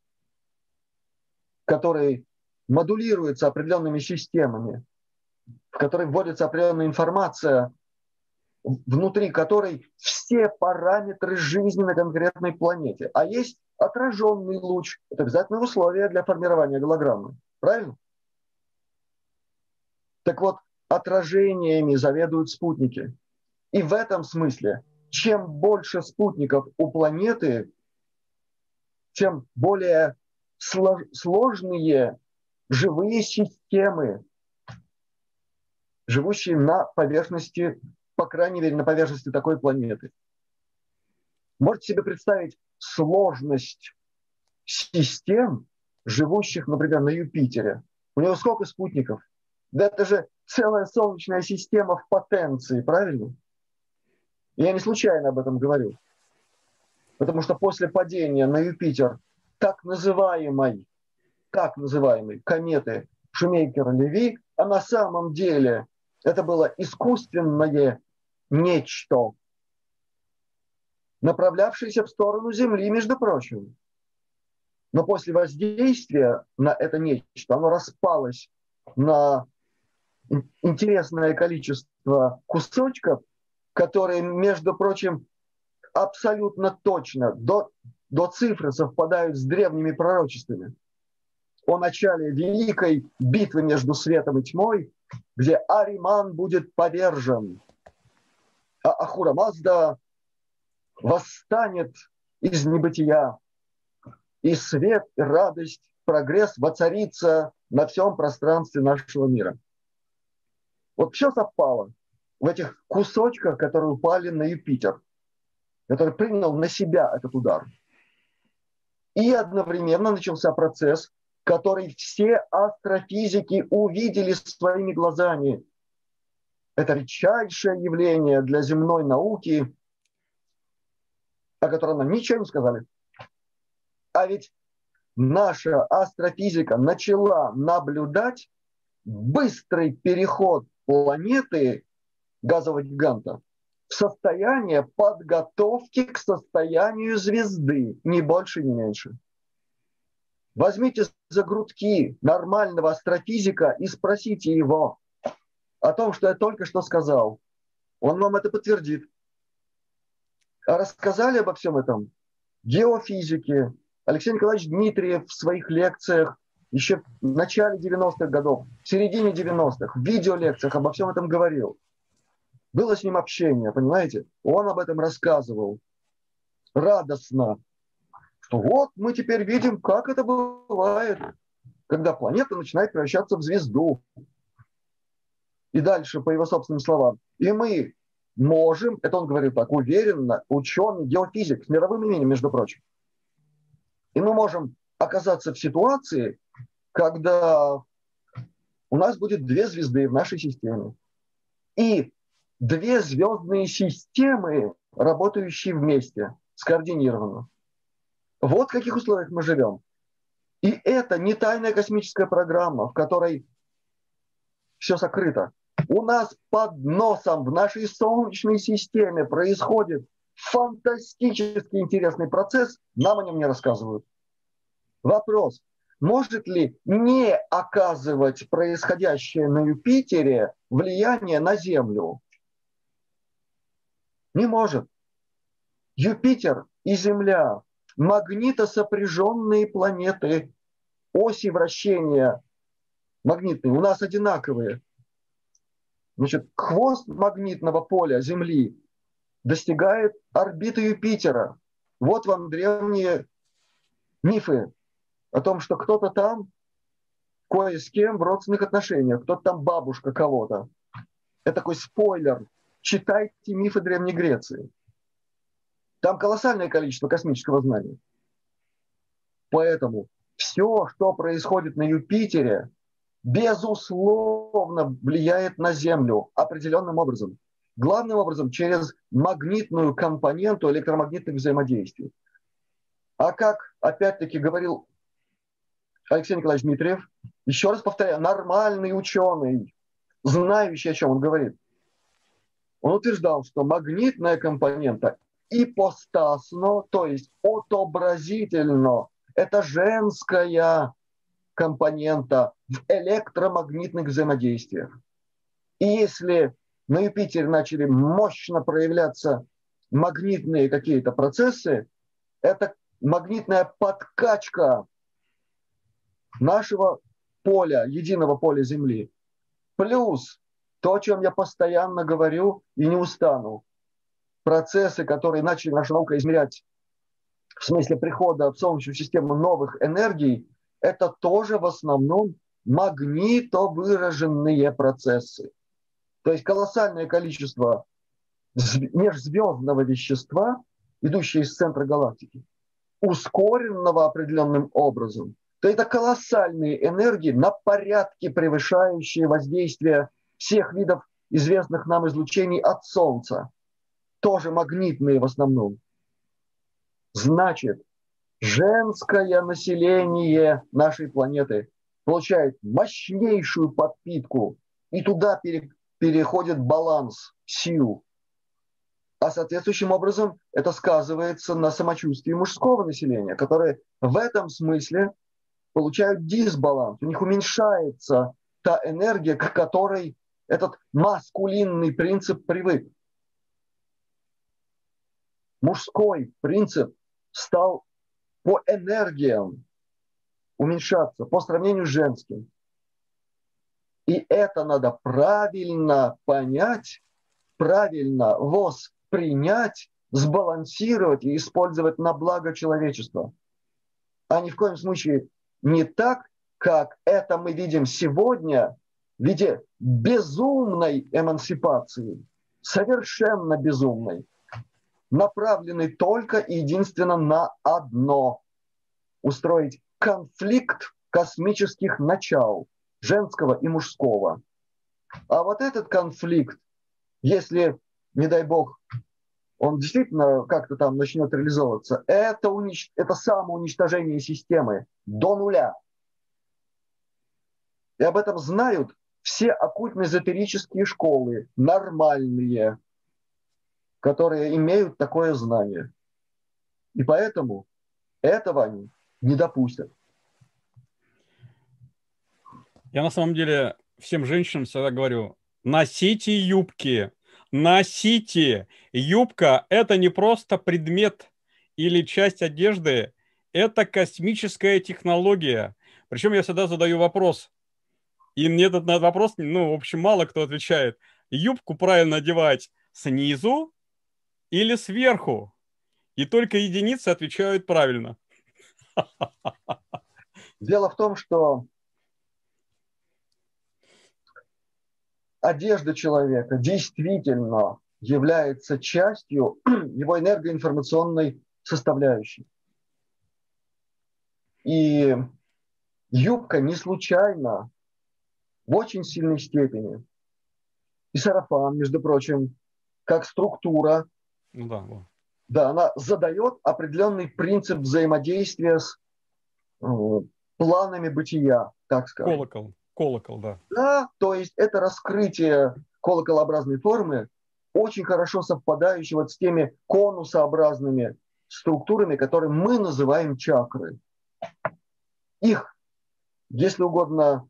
который модулируется определенными системами, в которой вводится определенная информация, внутри которой все параметры жизни на конкретной планете. А есть отраженный луч. Это обязательное условие для формирования голограммы. Правильно? Так вот, отражениями заведуют спутники. И в этом смысле, чем больше спутников у планеты, тем более сложные живые системы, живущие на поверхности, по крайней мере, на поверхности такой планеты. Можете себе представить сложность систем, живущих, например, на Юпитере. У него сколько спутников? Да это же целая Солнечная система в потенции, правильно? Я не случайно об этом говорю. Потому что после падения на Юпитер так называемой, так называемой кометы Шумейкера-Леви, а на самом деле это было искусственное нечто, направлявшееся в сторону Земли, между прочим. Но после воздействия на это нечто, оно распалось на интересное количество кусочков, которые, между прочим, абсолютно точно до, до цифры совпадают с древними пророчествами о начале великой битвы между светом и тьмой, где Ариман будет повержен, а Ахура Мазда восстанет из небытия, и свет, и радость, прогресс воцарится на всем пространстве нашего мира. Вот все совпало в этих кусочках, которые упали на Юпитер, который принял на себя этот удар. И одновременно начался процесс, который все астрофизики увидели своими глазами. Это редчайшее явление для земной науки, о котором нам ничего не сказали. А ведь наша астрофизика начала наблюдать быстрый переход планеты газового гиганта в состояние подготовки к состоянию звезды, ни больше, ни меньше. Возьмите за грудки нормального астрофизика и спросите его о том, что я только что сказал. Он вам это подтвердит. А рассказали обо всем этом геофизики. Алексей Николаевич Дмитриев в своих лекциях еще в начале девяностых годов, в середине девяностых, в видеолекциях обо всем этом говорил. Было с ним общение, понимаете? Он об этом рассказывал радостно, что вот мы теперь видим, как это бывает, когда планета начинает превращаться в звезду. И дальше, по его собственным словам, и мы можем, это он говорит так уверенно, ученый, геофизик с мировым именем, между прочим, и мы можем оказаться в ситуации, когда у нас будет две звезды в нашей системе. И две звездные системы, работающие вместе, скоординированно. Вот в каких условиях мы живем. И это не тайная космическая программа, в которой все сокрыто. У нас под носом в нашей Солнечной системе происходит фантастически интересный процесс, нам о нем не рассказывают. Вопрос, может ли не оказывать происходящее на Юпитере влияние на Землю? Не может. Юпитер и Земля – магнитосопряженные планеты, оси вращения магнитные у нас одинаковые. Значит, хвост магнитного поля Земли достигает орбиты Юпитера. Вот вам древние мифы о том, что кто-то там кое с кем в родственных отношениях, кто-то там бабушка кого-то. Это такой спойлер. Читайте мифы Древней Греции. Там колоссальное количество космического знания. Поэтому все, что происходит на Юпитере, безусловно влияет на Землю определенным образом. Главным образом через магнитную компоненту электромагнитных взаимодействий. А как, опять-таки, говорил Алексей Николаевич Дмитриев, еще раз повторяю, нормальный ученый, знающий, о чем он говорит, он утверждал, что магнитная компонента ипостасно, то есть отобразительно, это женская компонента в электромагнитных взаимодействиях. И если на Юпитере начали мощно проявляться магнитные какие-то процессы, это магнитная подкачка нашего поля, единого поля Земли. Плюс То, о чем я постоянно говорю и не устану. Процессы, которые начали наша наука измерять в смысле прихода в Солнечную систему новых энергий, это тоже в основном магнитовыраженные процессы. То есть колоссальное количество межзвездного вещества, идущее из центра галактики, ускоренного определенным образом, то это колоссальные энергии, на порядке превышающие воздействие всех видов известных нам излучений от Солнца. Тоже магнитные в основном. Значит, женское население нашей планеты получает мощнейшую подпитку, и туда пере, переходит баланс сил. А соответствующим образом это сказывается на самочувствии мужского населения, которое в этом смысле получают дисбаланс. У них уменьшается та энергия, к которой этот маскулинный принцип привык. Мужской принцип стал по энергиям уменьшаться по сравнению с женским. И это надо правильно понять, правильно воспринять, сбалансировать и использовать на благо человечества. А ни в коем случае не так, как это мы видим сегодня в виде безумной эмансипации, совершенно безумной, направленной только и единственно на одно – устроить конфликт космических начал, женского и мужского. А вот этот конфликт, если, не дай бог, он действительно как-то там начнет реализовываться, это, унич... это самоуничтожение системы до нуля. И об этом знают все оккультно-эзотерические школы, нормальные, которые имеют такое знание. И поэтому этого они не допустят. Я на самом деле всем женщинам всегда говорю, носите юбки, носите. Юбка – это не просто предмет или часть одежды, это космическая технология. Причем я всегда задаю вопрос, и мне этот вопрос, ну, в общем, мало кто отвечает. Юбку правильно одевать снизу или сверху? И только единицы отвечают правильно. Дело в том, что одежда человека действительно является частью его энергоинформационной составляющей. И юбка не случайно в очень сильной степени. И сарафан, между прочим, как структура, ну да, да. Да, она задает определенный принцип взаимодействия с э, планами бытия, так скажем. Колокол, колокол, да. Да, то есть это раскрытие колоколообразной формы, очень хорошо совпадающей вот с теми конусообразными структурами, которые мы называем чакры. Их, если угодно,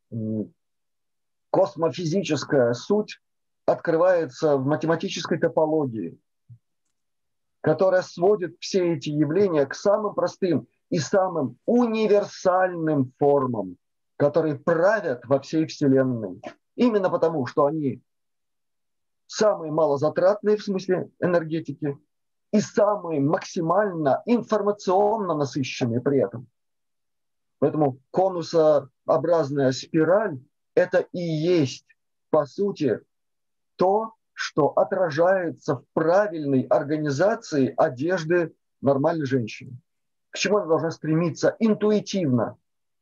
космофизическая суть открывается в математической топологии, которая сводит все эти явления к самым простым и самым универсальным формам, которые правят во всей Вселенной. Именно потому, что они самые малозатратные в смысле энергетики и самые максимально информационно насыщенные при этом. Поэтому конусообразная спираль – это и есть, по сути, то, что отражается в правильной организации одежды нормальной женщины. К чему она должна стремиться интуитивно.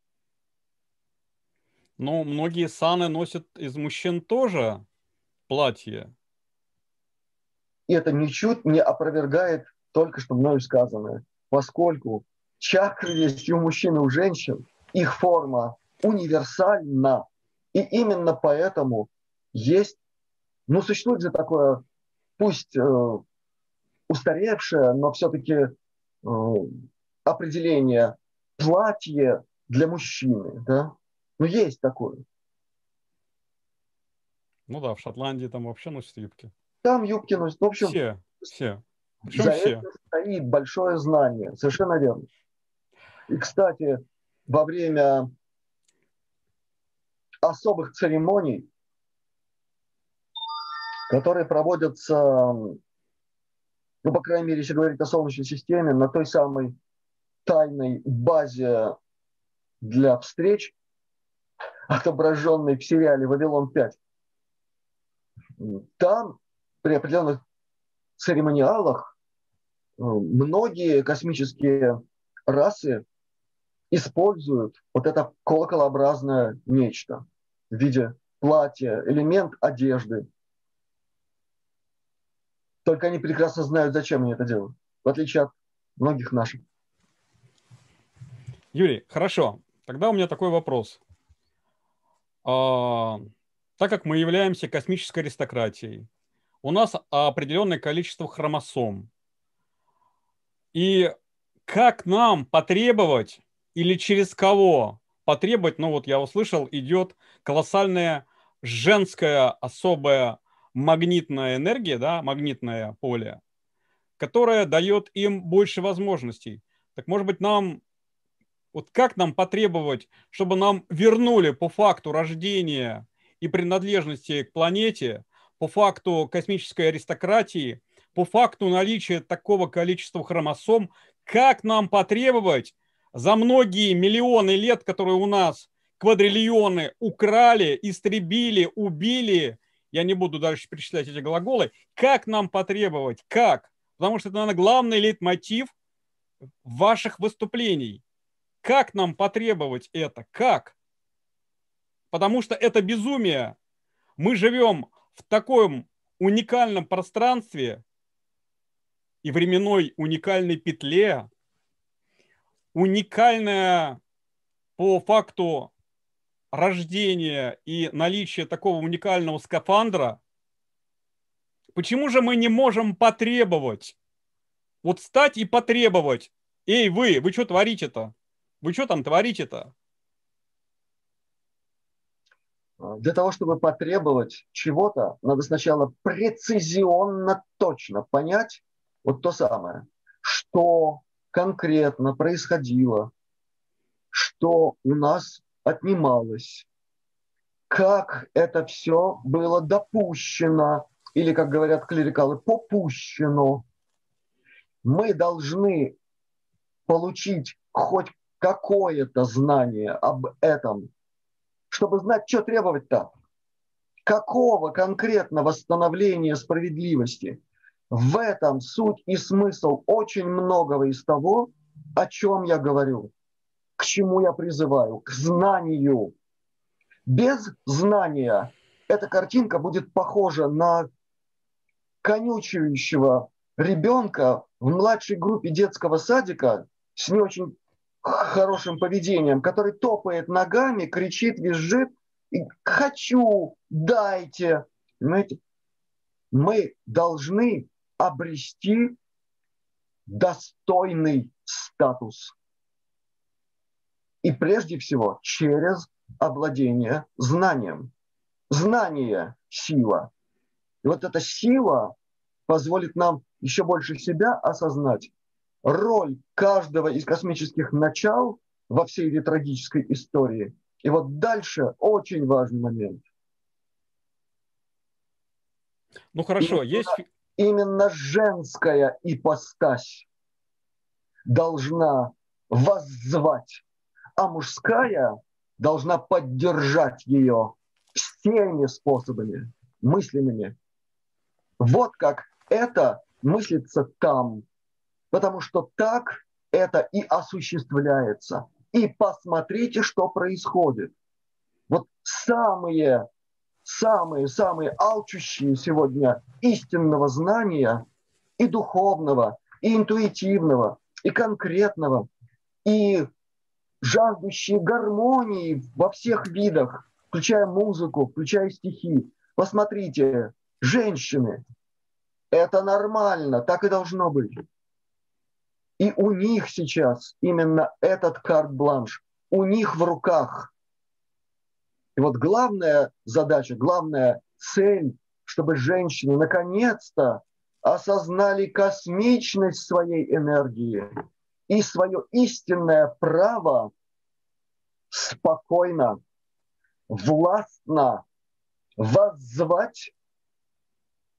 Но многие саны носят из мужчин тоже платье. И это ничуть не опровергает только что мною сказанное, поскольку чакры есть и у мужчин, и у женщин, их форма универсальна. И именно поэтому есть, ну, существует же такое, пусть э, устаревшее, но все-таки э, определение платье для мужчины, да? Ну, есть такое. Ну да, в Шотландии там вообще носят юбки. Там юбки носят. В общем, все, все. Причем за все. этим стоит большое знание. Совершенно верно. И, кстати, во время особых церемоний которые проводятся, ну, по крайней мере, если говорить о Солнечной системе, на той самой тайной базе для встреч, отображенной в сериале «Вавилон пять». Там при определенных церемониалах многие космические расы используют вот это колоколообразное нечто в виде платья, элемент одежды. Только они прекрасно знают, зачем они это делают, в отличие от многих наших. Юрий, хорошо. Тогда у меня такой вопрос. А, так как мы являемся космической аристократией, у нас определенное количество хромосом. И как нам потребовать или через кого потребовать, ну вот я услышал, идет колоссальная женская особая магнитная энергия, да, магнитное поле, которое дает им больше возможностей. Так может быть нам, вот как нам потребовать, чтобы нам вернули по факту рождения и принадлежности к планете, по факту космической аристократии, по факту наличия такого количества хромосом, как нам потребовать за многие миллионы лет, которые у нас квадриллионы украли, истребили, убили, я не буду дальше перечислять эти глаголы, как нам потребовать, как? Потому что это, наверное, главный лейтмотив ваших выступлений. Как нам потребовать это? Как? Потому что это безумие. Мы живем в таком уникальном пространстве и временной уникальной петле, уникальная по факту рождения и наличия такого уникального скафандра. Почему же мы не можем потребовать? Вот встать и потребовать. Эй, вы, вы что творите-то? Вы что там творите-то? Для того, чтобы потребовать чего-то, надо сначала прецизионно точно понять вот то самое, что конкретно происходило, что у нас отнималось, как это все было допущено, или, как говорят клерикалы, попущено. Мы должны получить хоть какое-то знание об этом, чтобы знать, что требовать-то. Какого конкретно восстановления справедливости? В этом суть и смысл очень многого из того, о чем я говорю, к чему я призываю, к знанию. Без знания эта картинка будет похожа на конючающего ребенка в младшей группе детского садика с не очень хорошим поведением, который топает ногами, кричит, визжит, и «хочу, дайте». Понимаете? Мы должны обрести достойный статус. И прежде всего через овладение знанием. Знание – сила. И вот эта сила позволит нам еще больше себя осознать, роль каждого из космических начал во всей этой трагической истории. И вот дальше очень важный момент. Ну хорошо, именно, есть... Именно женская ипостась должна воззвать, а мужская должна поддержать ее всеми способами мысленными. Вот как это мыслится там. Потому что так это и осуществляется. И посмотрите, что происходит. Вот самые, самые, самые алчущие сегодня истинного знания и духовного, и интуитивного, и конкретного, и жаждущие гармонии во всех видах, включая музыку, включая стихи. Посмотрите, женщины, это нормально, так и должно быть. И у них сейчас именно этот карт-бланш, у них в руках. И вот главная задача, главная цель, чтобы женщины наконец-то осознали космичность своей энергии и свое истинное право спокойно, властно воззвать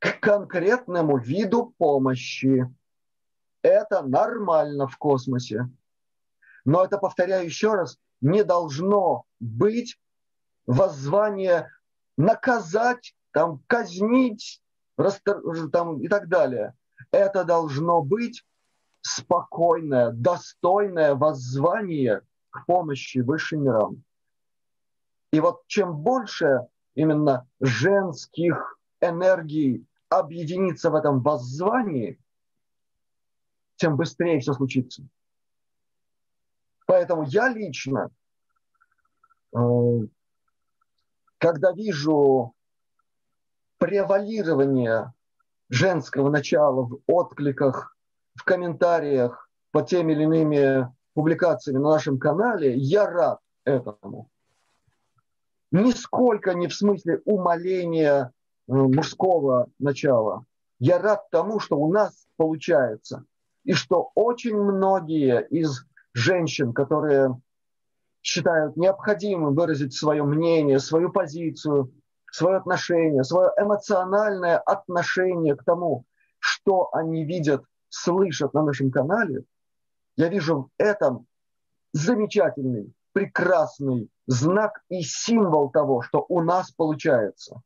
к конкретному виду помощи. Это нормально в космосе. Но это, повторяю еще раз, не должно быть воззвание наказать, там, казнить растор... там, и так далее. Это должно быть спокойное, достойное воззвание к помощи высшим мирам. И вот чем больше именно женских энергий объединиться в этом воззвании, тем быстрее все случится. Поэтому я лично, когда вижу превалирование женского начала в откликах, в комментариях под теми или иными публикациями на нашем канале, я рад этому. Нисколько не в смысле умаления мужского начала. Я рад тому, что у нас получается. И что очень многие из женщин, которые считают необходимым выразить свое мнение, свою позицию, свое отношение, свое эмоциональное отношение к тому, что они видят, слышат на нашем канале, я вижу в этом замечательный, прекрасный знак и символ того, что у нас получается.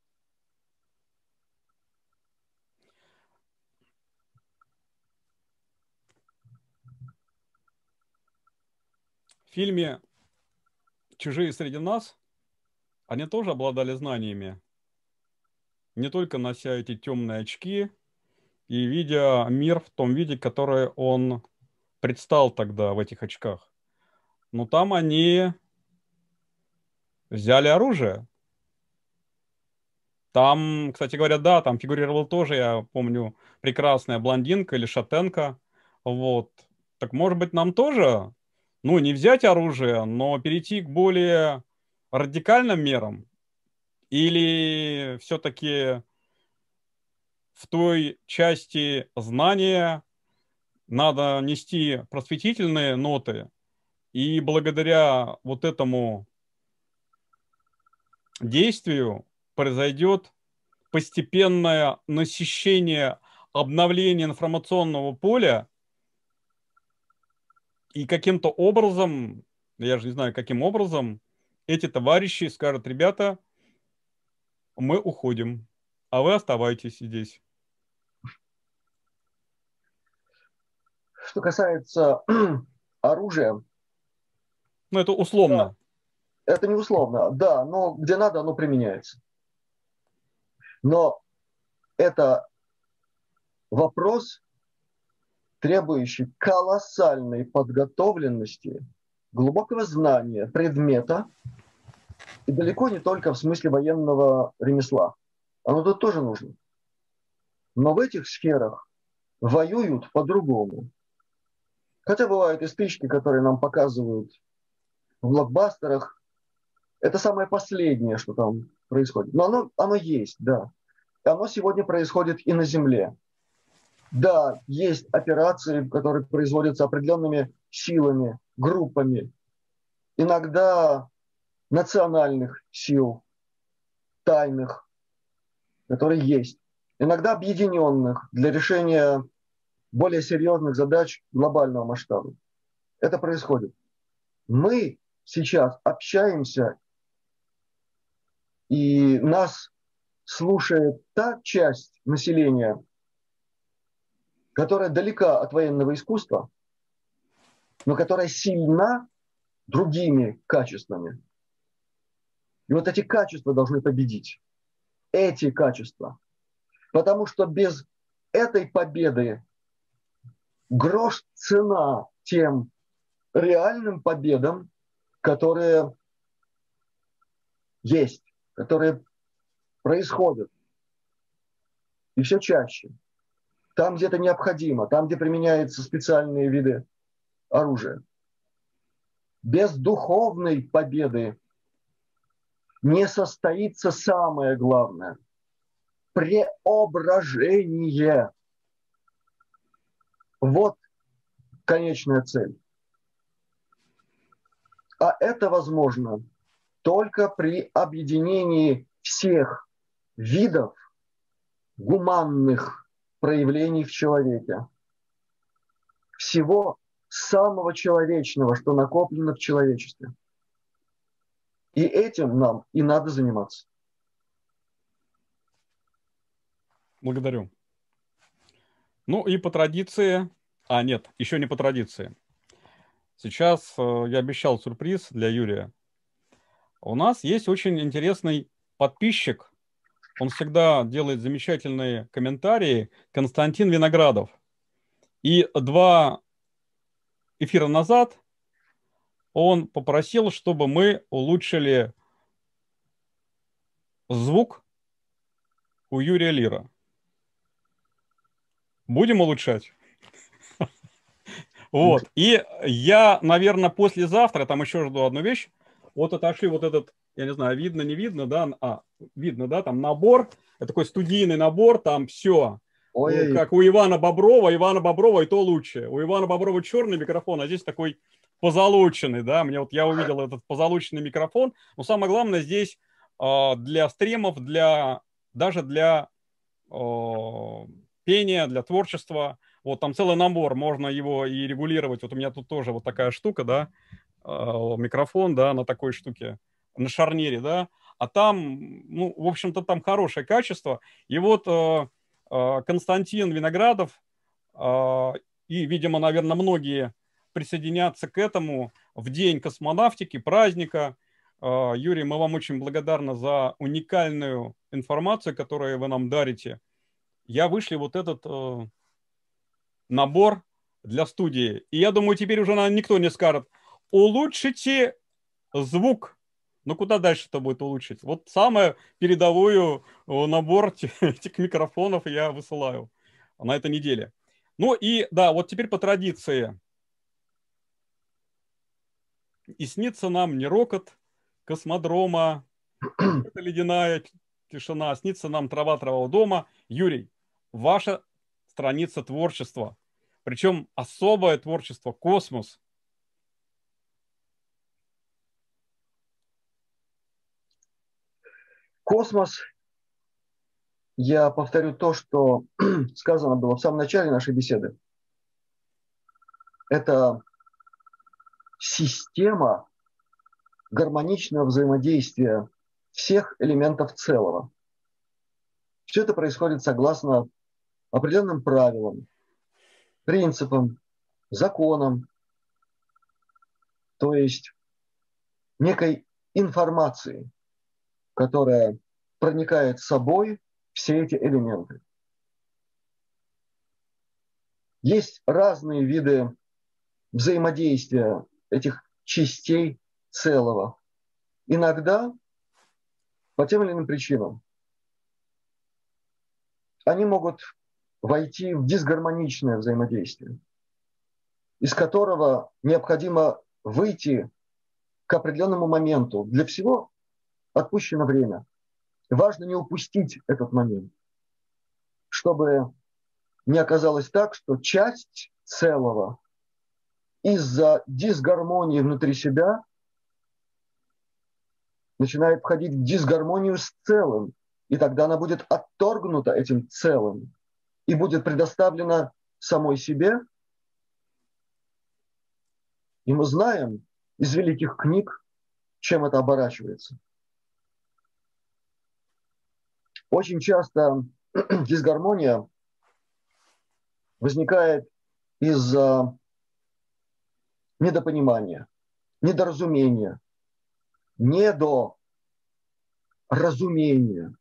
В фильме «Чужие среди нас» они тоже обладали знаниями, не только нося эти темные очки и видя мир в том виде, который он предстал тогда в этих очках. Но там они взяли оружие. Там, кстати говоря, да, там фигурировал тоже, я помню, прекрасная блондинка или шатенка. Вот. Так может быть нам тоже, ну, не взять оружие, но перейти к более радикальным мерам? Или все-таки в той части знания надо нести просветительные ноты, и благодаря вот этому действию произойдет постепенное насыщение, обновление информационного поля, и каким-то образом, я же не знаю, каким образом, эти товарищи скажут: ребята, мы уходим, а вы оставайтесь здесь. Что касается оружия... Ну, это условно. Да, это не условно, да, но где надо, оно применяется. Но это вопрос, требующий колоссальной подготовленности, глубокого знания предмета, и далеко не только в смысле военного ремесла. Оно тут тоже нужно. Но в этих сферах воюют по-другому. Хотя бывают и стычки, которые нам показывают в блокбастерах. Это самое последнее, что там происходит. Но оно, оно есть, да. И оно сегодня происходит и на Земле. Да, есть операции, которые производятся определенными силами, группами. Иногда национальных сил, тайных, которые есть. Иногда объединенных для решения более серьезных задач глобального масштаба. Это происходит. Мы сейчас общаемся, и нас слушает та часть населения, которая далека от военного искусства, но которая сильна другими качествами. И вот эти качества должны победить. Эти качества. Потому что без этой победы грош цена тем реальным победам, которые есть, которые происходят. И все чаще. Там, где это необходимо, там, где применяются специальные виды оружия. Без духовной победы не состоится самое главное – преображение. Вот конечная цель. А это возможно только при объединении всех видов гуманных проявлений в человеке. Всего самого человечного, что накоплено в человечестве. И этим нам и надо заниматься. Благодарю. Ну и по традиции... А, нет, еще не по традиции. Сейчас э, я обещал сюрприз для Юрия. У нас есть очень интересный подписчик. Он всегда делает замечательные комментарии. Константин Виноградов. И два эфира назад он попросил, чтобы мы улучшили звук у Юрия Лира. Будем улучшать? Вот. И я, наверное, послезавтра, там еще жду одну вещь. Вот отошли вот этот, я не знаю, видно, не видно, да? А, видно, да? Там набор. Это такой студийный набор, там все. Ой-ой-ой. Как у Ивана Боброва. Ивана Боброва и то лучше. У Ивана Боброва черный микрофон, а здесь такой позолоченный, да? Мне вот я увидел этот позолоченный микрофон. Но самое главное здесь э, для стримов, для даже для э, пения, для творчества. Вот там целый набор, можно его и регулировать. Вот у меня тут тоже вот такая штука, да, э, микрофон, да, на такой штуке, на шарнире, да. А там, ну, в общем-то, там хорошее качество. И вот э, э, Константин Виноградов э, и, видимо, наверное, многие присоединятся к этому в день космонавтики, праздника. Э, Юрий, мы вам очень благодарны за уникальную информацию, которую вы нам дарите. Я вышли вот этот э, набор для студии. И я думаю, теперь уже наверное, никто не скажет, улучшите звук. Ну, куда дальше-то будет улучшить? Вот самый передовой набор этих микрофонов я высылаю на этой неделе. Ну и да, вот теперь по традиции. И снится нам не рокот космодрома, это ледяная тишина, снится нам трава травого дома. Юрий, ваша страница творчества, причем особое творчество, космос. Космос, я повторю то, что сказано было в самом начале нашей беседы. Это система гармоничного взаимодействия всех элементов целого. Все это происходит согласно определенным правилам, принципам, законам, то есть некой информации, которая проникает с собой все эти элементы. Есть разные виды взаимодействия этих частей целого. Иногда, по тем или иным причинам, они могут войти в дисгармоничное взаимодействие, из которого необходимо выйти к определенному моменту. Для всего отпущено время. Важно не упустить этот момент, чтобы не оказалось так, что часть целого из-за дисгармонии внутри себя начинает входить в дисгармонию с целым, и тогда она будет отторгнута этим целым и будет предоставлена самой себе. И мы знаем из великих книг, чем это оборачивается. Очень часто дисгармония возникает из-за недопонимания, недоразумения, недоразумения.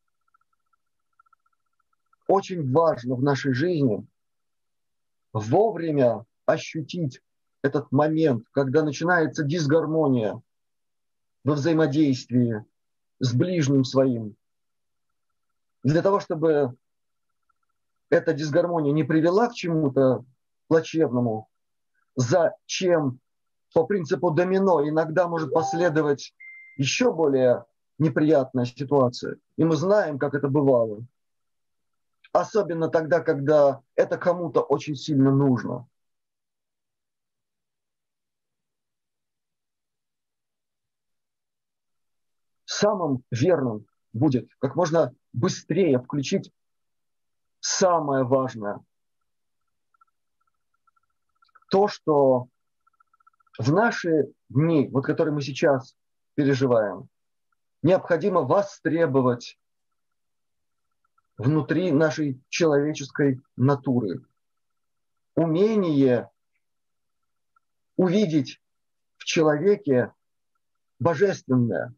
Очень важно в нашей жизни вовремя ощутить этот момент, когда начинается дисгармония во взаимодействии с ближним своим. Для того, чтобы эта дисгармония не привела к чему-то плачевному, за чем по принципу домино иногда может последовать еще более неприятная ситуация. И мы знаем, как это бывало. Особенно тогда, когда это кому-то очень сильно нужно. Самым верным будет как можно быстрее включить самое важное. То, что в наши дни, вот которые мы сейчас переживаем, необходимо востребовать внутри нашей человеческой натуры. Умение увидеть в человеке божественное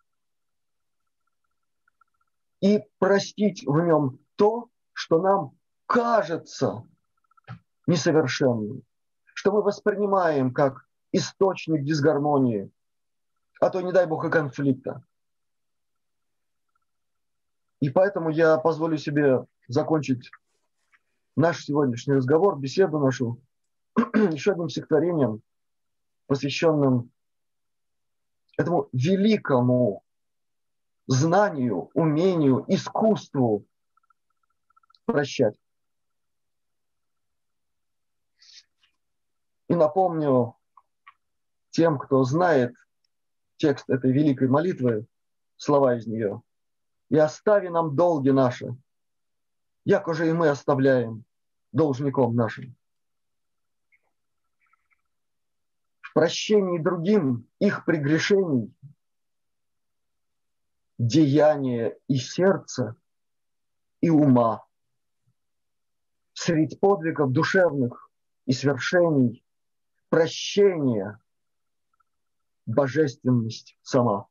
и простить в нем то, что нам кажется несовершенным, что мы воспринимаем как источник дисгармонии, а то, не дай бог, и конфликта. И поэтому я позволю себе закончить наш сегодняшний разговор, беседу нашу, еще одним стихотворением, посвященным этому великому знанию, умению, искусству прощать. И напомню тем, кто знает текст этой великой молитвы, слова из нее: «И остави нам долги наши, як уже и мы оставляем должником нашим». В прощении другим их прегрешений деяния и сердца, и ума, средь подвигов душевных и свершений прощение, божественность сама.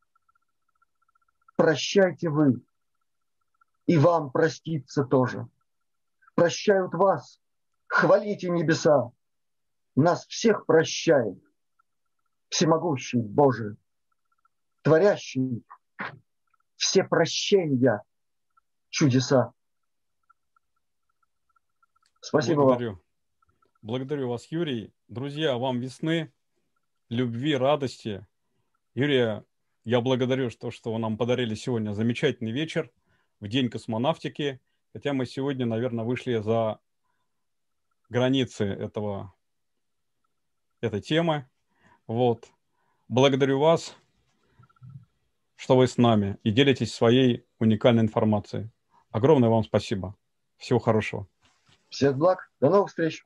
Прощайте вы, и вам проститься тоже. Прощают вас, хвалите небеса, нас всех прощает всемогущий Боже, творящий все прощения, чудеса. Спасибо Благодарю. вам. Благодарю вас, Юрий. Друзья, вам весны, любви, радости. Юрия, я благодарю, что, что вы нам подарили сегодня замечательный вечер в День космонавтики. Хотя мы сегодня, наверное, вышли за границы этого, этой темы. Вот. Благодарю вас, что вы с нами и делитесь своей уникальной информацией. Огромное вам спасибо. Всего хорошего. Всех благ. До новых встреч.